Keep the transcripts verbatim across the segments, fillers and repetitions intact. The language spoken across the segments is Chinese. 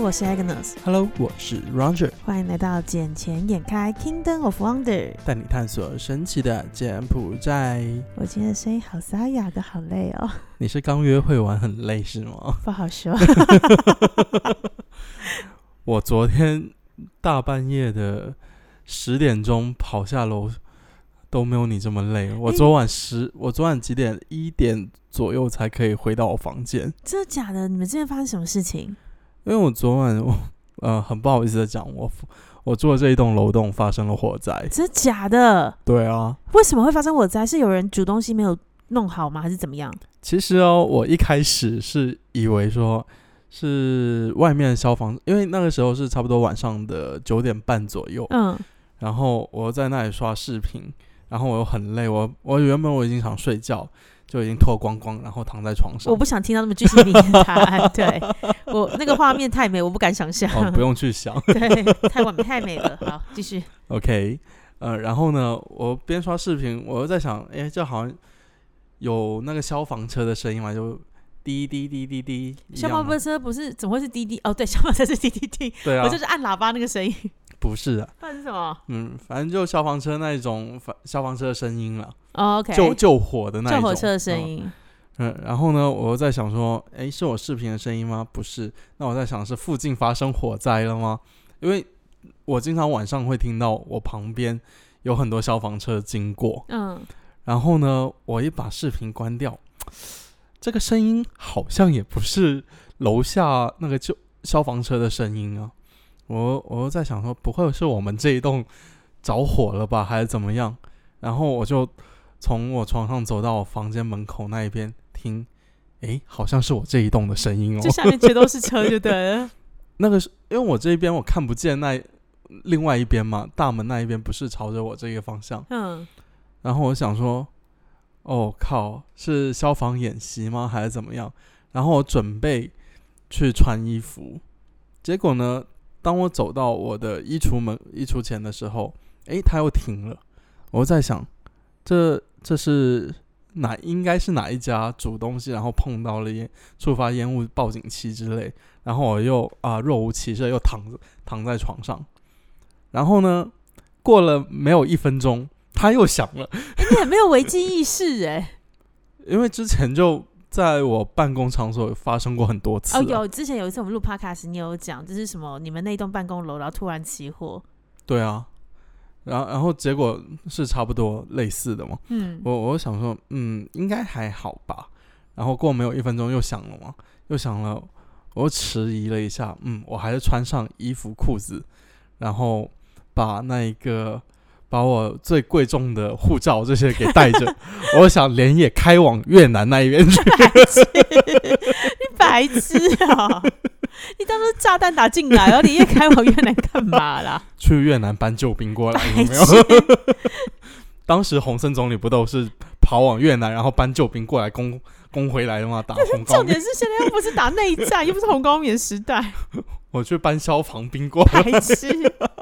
我是 Agnes。 Hello， 我是 Roger。 欢迎来到眼前眼开 Kingdom of Wonder， 带你探索神奇的柬埔寨。 我今天的声音好沙哑的，好累哦。 你是刚约会完很累是吗？ 不好说。 我昨天大半夜的十点钟跑下楼都没有你这么累。我昨晚十、欸，我昨晚几点？一点左右才可以回到我房间。 真的假的？你们之间发生什么事情？ 因为我昨晚我呃很不好意思的讲，我我住的这一栋楼栋发生了火灾。 真的假的？ 对啊。 为什么会发生火灾？是有人煮东西没有弄好吗？还是怎么样？ 其实哦，我一开始是以为说是外面的消防，因为那个时候是差不多晚上的九点半左右。嗯。然后我在那里刷视频，然后我又很累，我我原本我已经想睡觉，就已经脱光光，然后躺在床上。 我不想听到那么具细迷的答案。对，我那个画面太美，我不敢想象。 哦，不用去想。 对，太完美，太美了。好，继续。 OK， 呃，然后呢，我边刷视频，我又在想，哎，这好像有那个消防车的声音嘛，就滴滴滴滴滴。 消防车不是怎么会是滴滴？哦，对，消防车是滴滴滴。 对啊， 我就是按喇叭那个声音。 不是啊， 不然是什么？ 嗯，反正就消防车那一种消防车的声音了。 哦 OK， 救救火的那一种， 救火车的声音。 嗯, 嗯，然后呢，我又在想说，哎，是我视频的声音吗？不是。那我在想，是附近发生火灾了吗？因为我经常晚上会听到我旁边有很多消防车经过。嗯，然后呢，我一把视频关掉，这个声音好像也不是楼下那个救消防车的声音啊。我我又在想说，不会是我们这一栋着火了吧，还是怎么样？然后我就从我床上走到我房间门口那一边听，诶，好像是我这一栋的声音哦。 就下面全都是车就对了。 那个是因为我这一边我看不见那另外一边嘛，大门那一边不是朝着我这个方向。嗯。然后我想说，哦靠，是消防演习吗？还是怎么样？然后我准备去穿衣服，结果呢，当我走到我的衣橱门衣橱前的时候，诶，它又停了。我在想，这这是哪应该是哪一家煮东西，然后碰到了烟触发烟雾报警器之类，然后我又啊、呃、若无其事又躺躺在床上，然后呢，过了没有一分钟，它又响了。 欸、你很没有危机意识哎、欸， 因为之前就在我办公场所发生过很多次、啊。 哦，有之前有一次我们录 podcast， 你有讲这是什么？你们那栋办公楼然后突然起火。对啊。然后，然后结果是差不多类似的嘛。嗯，我我想说，嗯，应该还好吧。然后过没有一分钟又响了嘛，又响了，我又迟疑了一下，嗯，我还是穿上衣服裤子，然后把那一个把我最贵重的护照这些给带着，我想连夜开往越南那一边去。 你白痴啊！你当时炸弹打进来，然后你也开往越南干嘛啦？ 去越南搬救兵过来，有没有？当时洪森总理不都是跑往越南，然后搬救兵过来攻攻回来的吗？打红高棉。重点是现在又不是打内战，又不是红高棉时代。 我去搬消防兵过来。 白痴。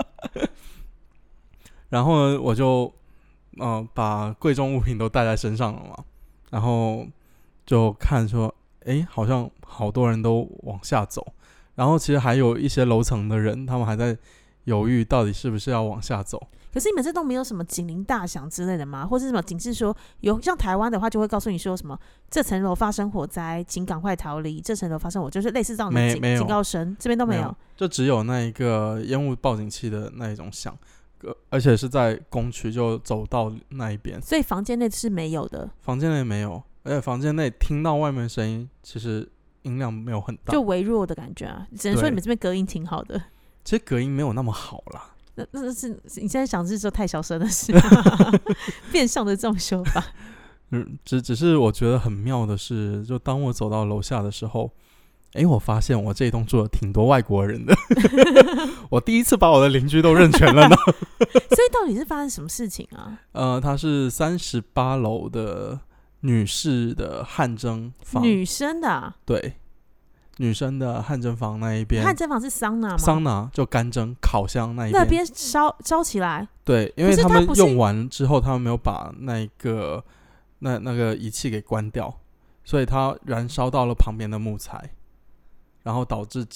然后呢，我就呃把贵重物品都带在身上了嘛，然后就看说，哎，好像好多人都往下走。然后其实还有一些楼层的人，他们还在犹豫到底是不是要往下走。 可是你们这栋没有什么警铃大响之类的吗？或是什么警示说有？像台湾的话就会告诉你说什么这层楼发生火灾，请赶快逃离。这层楼发生火，就是类似这样的 警, 警告声，这边都没有， 没有，就只有那一个烟雾报警器的那一种响，而且是在公区，就走到那一边。 所以房间内是没有的。 房间内没有，而且房间内听到外面的声音，其实音量没有很大， 就微弱的感觉啊。只能说你们这边隔音挺好的。 其实隔音没有那么好啦。 那那是你现在想是说太小声的事吗？变相的这种说法。 嗯，只只是我觉得很妙的是，就当我走到楼下的时候，哎，我发现我这一栋住了挺多外国人的。我第一次把我的邻居都认全了呢。 所以到底是发生什么事情啊？ 呃，它是三十八楼的女士的汗蒸房。 女生的、啊？ 对。女生的汗蒸房那一边， 汗蒸房是桑拿吗？ 桑拿就干蒸烤箱那一边， 那边烧烧起来。 对，因为他们用完之后，他们没有把那个那那个仪器给关掉，所以它燃烧到了旁边的木材，然后导致整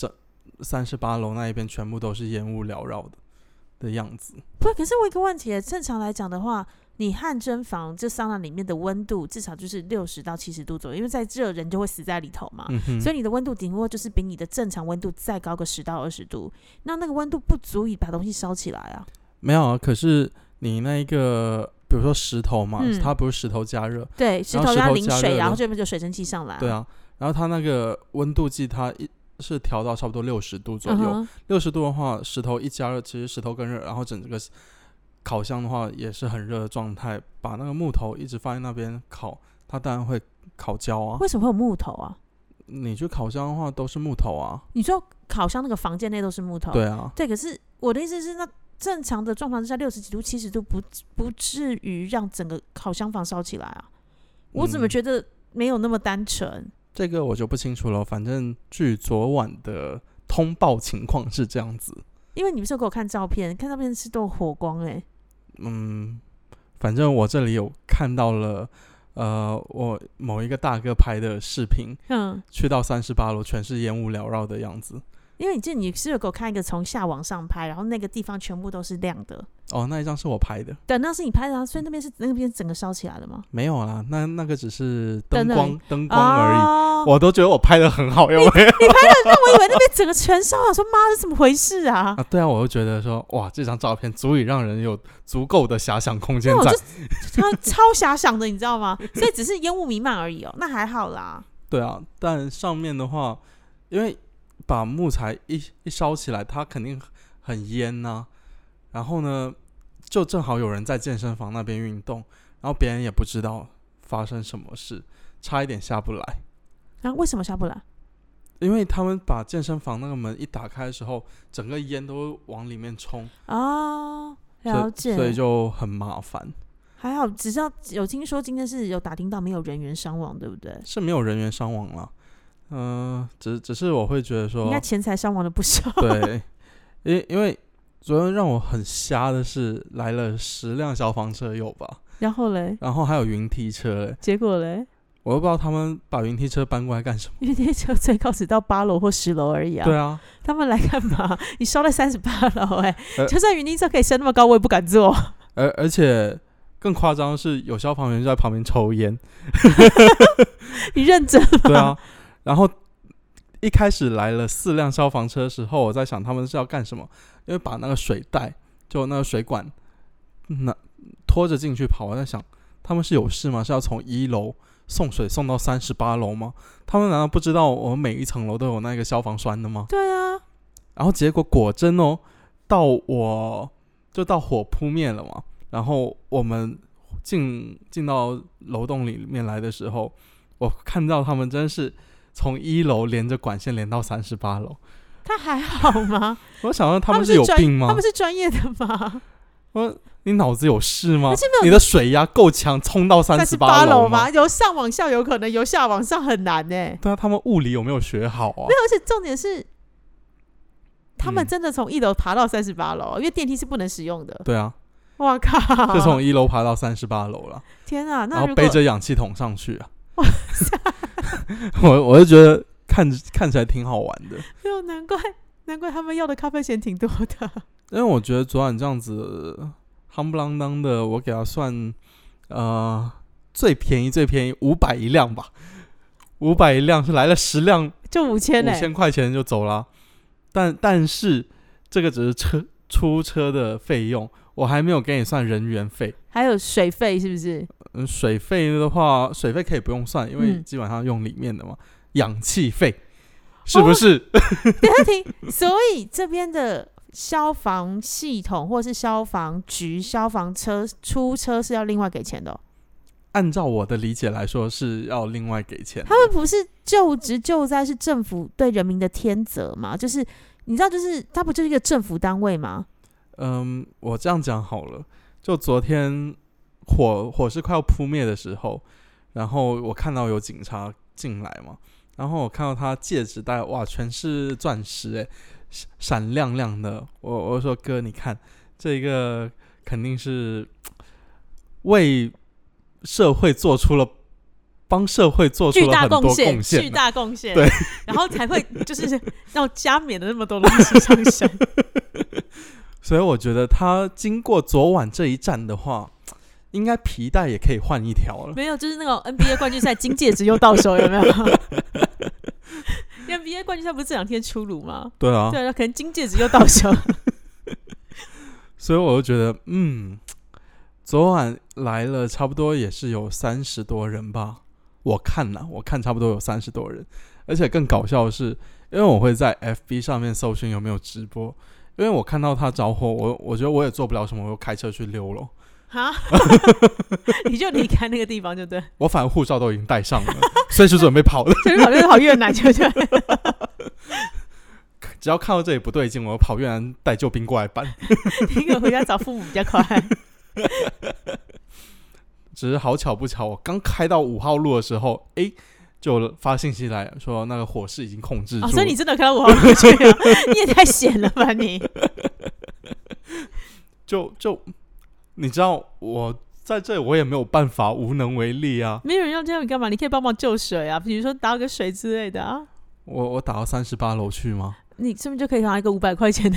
三十八楼那一边全部都是烟雾缭绕的的样子。 不，可是我有一个问题，正常来讲的话，你汗蒸房这桑拿里面的温度至少就是六十到七十度左右，因为再热人就会死在里头嘛、 嗯、 所以你的温度顶多就是比你的正常温度再高个十到二十度，那那个温度不足以把东西烧起来啊。 没有啊，可是你那一个比如说石头嘛、嗯、它不是石头加热， 对，石头要淋水，然后这边就水蒸气上来、啊、 对啊，然后它那个温度计它一是调到差不多六十度左右，六十、uh-huh. 度的话石头一加热其实石头更热，然后整个烤箱的话也是很热的状态，把那个木头一直放在那边烤，它当然会烤焦啊。 为什么会有木头啊？ 你去烤箱的话都是木头啊。 你说烤箱那个房间内都是木头？ 对啊。 对，可是我的意思是那正常的状况之下六十几度七十度 不, 不至于让整个烤箱房烧起来啊。我怎么觉得没有那么单纯、嗯、 这个我就不清楚了，反正据昨晚的通报情况是这样子。 因为你不是有给我看照片，看照片是都有火光哎、欸。 嗯，反正我这里有看到了呃，我某一个大哥拍的视频，嗯，去到三十八楼全是烟雾缭绕的样子。 因为你记得你是有给我看一个从下往上拍，然后那个地方全部都是亮的。 哦，那一张是我拍的。 对，那是你拍的、啊、所以那边是那边整个烧起来的吗？ 没有啦，那那个只是灯光灯光而已、哦、我都觉得我拍的很好。有没有？你, 你拍的让我以为那边整个全烧了，说妈这怎么回事啊？ 啊对啊，我就觉得说哇，这张照片足以让人有足够的遐想空间在。 超超遐想的，你知道吗？所以只是烟雾弥漫而已哦，那还好啦。 对啊，但上面的话，因为把木材一一烧起来，它肯定很烟呐、啊。然后呢，就正好有人在健身房那边运动，然后别人也不知道发生什么事，差一点下不来。 啊，为什么下不来？ 因为他们把健身房那个门一打开的时候，整个烟都往里面冲。 哦，了解。 所以就很麻烦。 还好，只知道有听说今天是有打听到没有人员伤亡，对不对？ 是没有人员伤亡啦。嗯、呃，只只是我会觉得说， 应该钱财伤亡的不少。 对，因因为昨天让我很瞎的是来了十辆消防车有吧？ 然后嘞？ 然后还有云梯车嘞。 结果嘞？ 我都不知道他们把云梯车搬过来干什么。 云梯车最高只到八楼或十楼而已啊。 对啊。 他们来干嘛？你烧在三十八楼哎，就算云梯车可以升那么高，我也不敢坐。 而而且。更夸张的是，有消防员就在旁边抽烟。 你认真吗？ 对啊。然后一开始来了四辆消防车的时候，我在想他们是要干什么？因为把那个水带，就那个水管，那拖着进去跑。我在想，他们是有事吗？是要从一楼送水送到三十八楼吗？他们难道不知道我们每一层楼都有那个消防栓的吗？ 对啊。 然后结果果真哦，到我就到火扑灭了嘛。然后我们进进到楼栋里面来的时候，我看到他们真是从一楼连着管线连到三十八楼。 他还好吗？ 我想到他们是有病吗？ 他们是专业的吗？ 我你脑子有事吗？你的水压够强，冲到三十八楼吗？ 由上往下有可能，由下往上很难哎。 对啊，他们物理有没有学好啊？ 没有，而且重点是，他们真的从一楼爬到三十八楼，因为电梯是不能使用的。 对啊。 哇靠！ 就从一楼爬到三十八楼了。 天啊！那然后背着氧气筒上去啊。我我就觉得看看起来挺好玩的。 没有，难怪难怪他们要的咖啡钱挺多的。 因为我觉得昨晚这样子夯不啷当的，我给他算呃最便宜最便宜五百一辆吧。五百一辆是来了十辆， 就五千嘞， 五千块钱就走了。但但是这个只是车出车的费用。我还没有给你算人员费， 还有水费是不是？ 嗯，水费的话，水费可以不用算，因为基本上用里面的嘛。嗯、氧气费是不是？ 等下停。所以这边的消防系统或是消防局、消防车出车是要另外给钱的、哦。 按照我的理解来说，是要另外给钱的。 他们不是救职救灾是政府对人民的天责吗？就是你知道，就是它不就是一个政府单位吗？ 嗯，我这样讲好了。就昨天火火势快要扑灭的时候，然后我看到有警察进来嘛，然后我看到他戒指戴哇全是钻石哎，闪亮亮的。我我说哥，你看这个肯定是为社会做出了帮社会做出了很多贡献， 巨大贡献， 对， 然后才会就是要加冕的那么多东西上升。 所以我觉得他经过昨晚这一战的话，应该皮带也可以换一条了。 没有，就是那种 N B A 冠军赛金戒指又到手，有没有？N B A 冠军赛不是这两天出炉吗？ 对啊， 对啊，可能金戒指又到手。 所以我就觉得，嗯，昨晚来了差不多也是有三十多人吧。我看啦，我看差不多有三十多人，而且更搞笑的是，因为我会在 F B 上面搜寻有没有直播。因为我看到他着火，我我觉得我也做不了什么，我就开车去溜了。 哈，你就离开那个地方就对。 我反正护照都已经带上了，随时准备跑的。 随时跑就是跑越南，就对。 只要看到这里不对劲，我跑越南带救兵过来搬。 你可能回家找父母比较快。 只是好巧不巧，我刚开到五号路的时候，哎。就发信息来说那个火势已经控制住了、哦、 所以你真的看到五号路去了。你也太闲了吧你。 就就你知道我在这里我也没有办法，无能为力啊。 没有人要这样，你干嘛？你可以帮忙救水啊，比如说打个水之类的啊。 我我打到三十八楼去吗？ 你是不是就可以拿一个五百块钱的？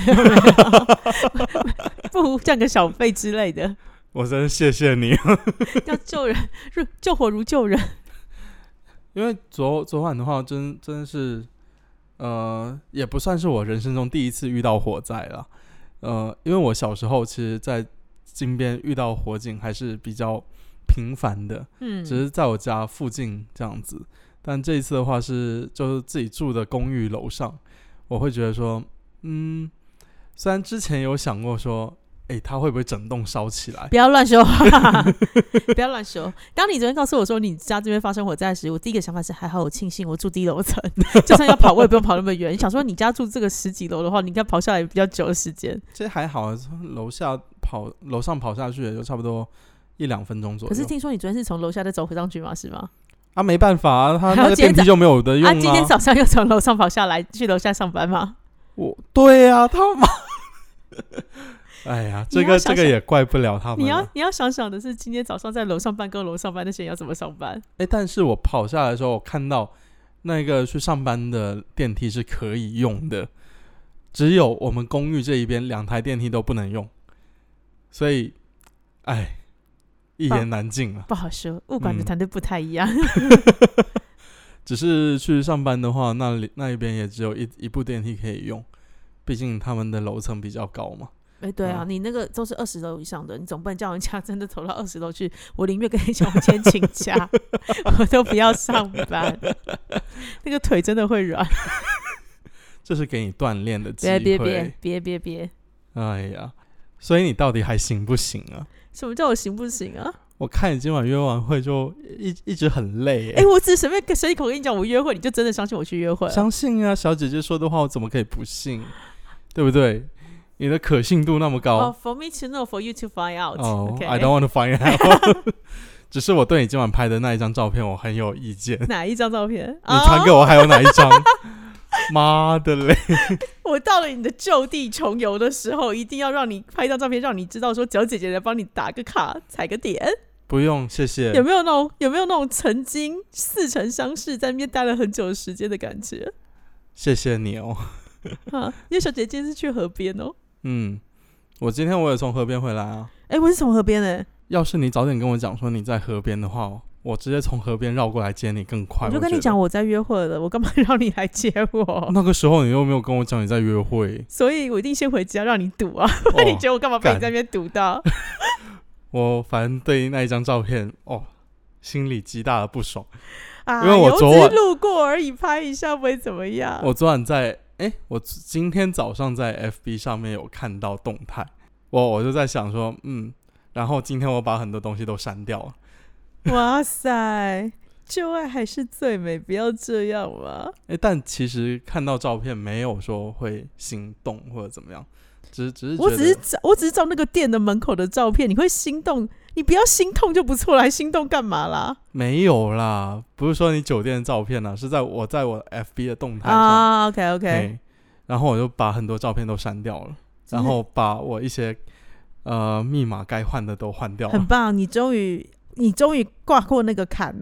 不如占个小费之类的。 我真的谢谢你。 要救人，救火如救人。 因为昨昨晚的话真真的是呃也不算是我人生中第一次遇到火灾啦。呃因为我小时候其实在金边遇到火警还是比较频繁的，嗯，只是在我家附近这样子。但这一次的话是就是自己住的公寓楼上，我会觉得说嗯虽然之前有想过说欸，它会不会整栋烧起来？ 不要乱说话。不要乱说。当你昨天告诉我说你家这边发生火灾时，我第一个想法是还好我庆幸我住低楼层，就算要跑我也不用跑那么远。你想说你家住这个十几楼的话，你应该跑下来比较久的时间。 其实还好，楼下跑楼上跑下去也就差不多一两分钟左右。 可是听说你昨天是从楼下再走回上去吗？是吗？ 啊，没办法啊，他那个电梯就没有的用啊。 啊，今天早上又从楼上跑下来去楼下上班吗？ 我对啊，他妈。哎呀，这个想想这个也怪不了他们了。 你要你要想想的是，今天早上在楼上办公楼上班那些人要怎么上班？ 哎，但是我跑下来的时候，我看到那个去上班的电梯是可以用的，只有我们公寓这一边两台电梯都不能用，所以，哎，一言难尽啊。 不好说，物管的团队不太一样。 嗯、只是去上班的话，那里那一边也只有一一部电梯可以用，毕竟他们的楼层比较高嘛。 哎、欸，对啊、嗯，你那个都是二十楼以上的，你总不能叫人家真的走到二十楼去。我宁愿跟你讲，我今天请假，我都不要上班，那个腿真的会软。 这是给你锻炼的机会。 别别别别别别！ 哎呀，所以你到底还行不行啊？ 什么叫我行不行啊？ 我看你今晚约完会就一一直很累。 哎、欸，我只随便随口跟你讲我约会，你就真的相信我去约会了？ 相信啊，小姐姐说的话我怎么可以不信？对不对？你的可信度那么高。 Oh, for me to know, for you to find out. Oh, okay. I don't want to find out. 只是我对你今晚拍的那一张照片我很有意见。 哪一张照片？ 你传给我还有哪一张？妈的嘞！ 我到了你的就地重游的时候，一定要让你拍张照片，让你知道说小姐姐来帮你打个卡、踩个点。 不用，谢谢。 有没有那种有没有那种曾经似曾相识，在那边待了很久的时间的感觉？ 谢谢你哦。 啊，因为小姐姐是去河边哦。 嗯，我今天我也从河边回来啊。 哎、欸，我是从河边哎、欸。 要是你早点跟我讲说你在河边的话，我直接从河边绕过来接你更快。 我就跟你讲我在约会了，我干嘛让你来接我？ 那个时候你又没有跟我讲你在约会， 所以我一定先回家让你堵啊。那、哦、你觉得我干嘛被你在那边堵到？ 我反正对那一张照片哦，心里极大的不爽。 啊， 因为我昨晚只是路过而已，拍一下不会怎么样。 我昨晚在哎，我今天早上在 F B 上面有看到动态，我我就在想说，嗯，然后今天我把很多东西都删掉了。 哇塞，旧爱还是最美，不要这样嘛。 哎，但其实看到照片没有说会心动或者怎么样，只只是觉得我只是照我只是照那个店的门口的照片，你会心动？你不要心痛就不错了，还心动干嘛啦？ 没有啦，不是说你酒店的照片啦，是在我在我 F B 的动态上啊。OK OK， 然后我就把很多照片都删掉了，然后把我一些呃密码该换的都换掉了。 很棒，你终于你终于挂过那个坎了。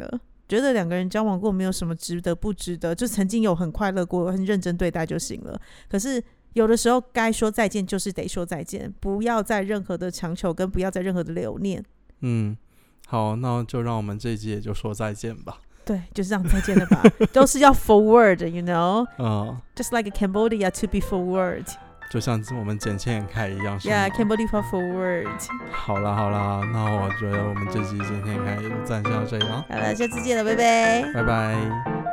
觉得两个人交往过没有什么值得不值得，就曾经有很快乐过，很认真对待就行了。可是有的时候该说再见就是得说再见，不要再任何的强求，跟不要再任何的留念。 嗯，好，那就让我们这一集也就说再见吧。 对，就是这样再见了吧。都是要 forward you know、 嗯、 just like a Cambodia to be forward， 就像我们捡钱眼开一样。 Yeah, Cambodia for forward。 好啦好啦，那我觉得我们这集捡钱眼开也就暂时到这里了。 好了，下次见了，拜拜拜拜。